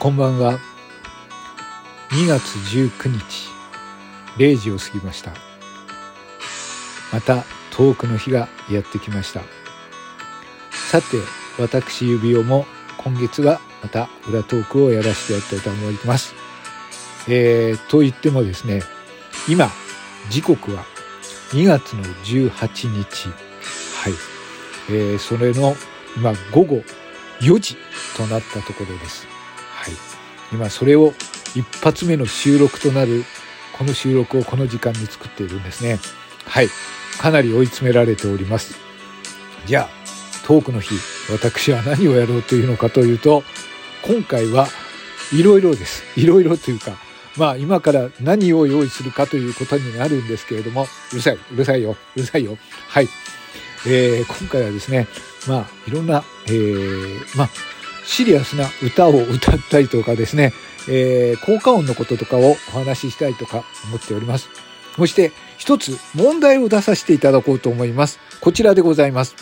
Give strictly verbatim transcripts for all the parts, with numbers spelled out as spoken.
こんばんは。にがつじゅうくにちれいじを過ぎました。またトークの日がやってきました。さて、私指輪も今月はまた裏トークをやらせてやりたいと思います。えー、と言ってもですね、今時刻はにがつのじゅうはちにち、はい、えー、それの今ごごよじとなったところです。はい、今それを一発目の収録となるこの収録をこの時間に作っているんですね。はい、かなり追い詰められております。じゃあトークの日、私は何をやろうというのかというと、今回はいろいろです。いろいろというか、まあ今から何を用意するかということになるんですけれども、うるさいうるさいようるさいよはい、えー、今回はですね、まあいろんな、えー、まあシリアスな歌を歌ったりとかですね、えー、効果音のこととかをお話ししたいとか思っております。そして一つ問題を出させていただこうと思います。こちらでございます。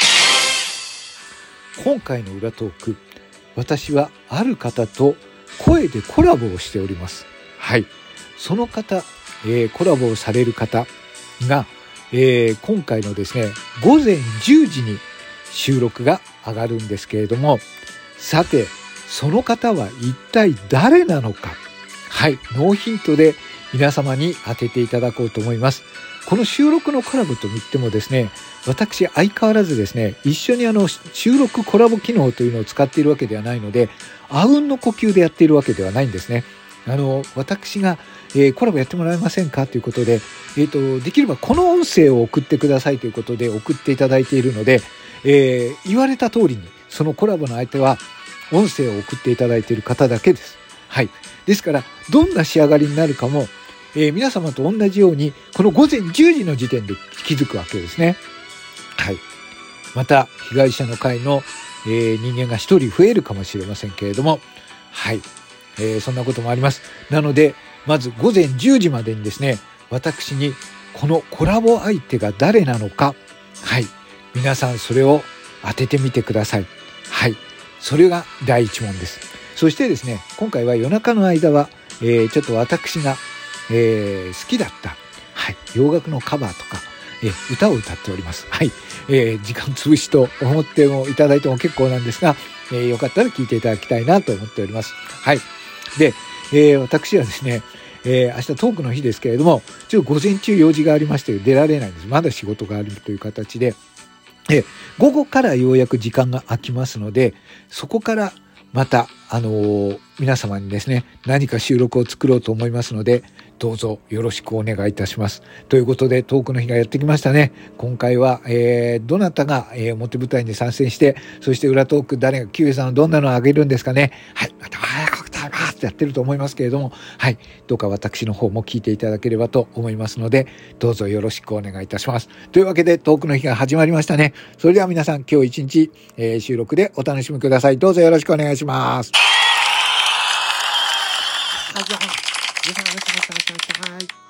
今回の裏トーク、私はある方と声でコラボをしております。はい、その方、えー、コラボをされる方が、えー、今回のですねごぜんじゅうじに収録が上がるんですけれども、さてその方は一体誰なのか、はい、ノーヒントで皆様に当てていただこうと思います。この収録のコラボといってもですね、私相変わらずですね、一緒にあの収録コラボ機能というのを使っているわけではないので、あうんの呼吸でやっているわけではないんですね。あの私が、えー、コラボやってもらえませんかということで、えーと、できればこの音声を送ってくださいということで送っていただいているので、えー、言われた通りにそのコラボの相手は音声を送っていただいている方だけです。はい。ですからどんな仕上がりになるかも、えー、皆様と同じようにこのごぜんじゅうじの時点で気づくわけですね。はい。また被害者の会の、えー、人間が一人増えるかもしれませんけれども、はい、えー、そんなこともあります。なのでまずごぜんじゅうじまでにですね、私にこのコラボ相手が誰なのか、はい、皆さんそれを当ててみてください。はい、それがだいいち問です。そしてですね、今回は夜中の間は、えー、ちょっと私が、えー、好きだった、はい、洋楽のカバーとか、えー、歌を歌っております。はい、えー、時間潰しと思ってもいただいても結構なんですが、えー、よかったら聞いていただきたいなと思っております。はい。で、えー、私はですね、えー、明日トークの日ですけれども、ちょっと午前中用事がありまして出られないんです。まだ仕事があるという形で、えー、午後からようやく時間が空きますので、そこからまた、あのー、皆様にですね、何か収録を作ろうと思いますので、どうぞよろしくお願いいたします。ということで、トークの日がやってきましたね。今回は、えー、どなたが、えー、表舞台に参戦して、そして裏トーク誰が、キュウエさんはどんなのをあげるんですかね。はい、また、早く食べますってやってると思いますけれども、はい、どうか私の方も聞いていただければと思いますので、どうぞよろしくお願いいたします。というわけで、トークの日が始まりましたね。それでは皆さん、今日一日、えー、収録でお楽しみください。どうぞよろしくお願いします。はい。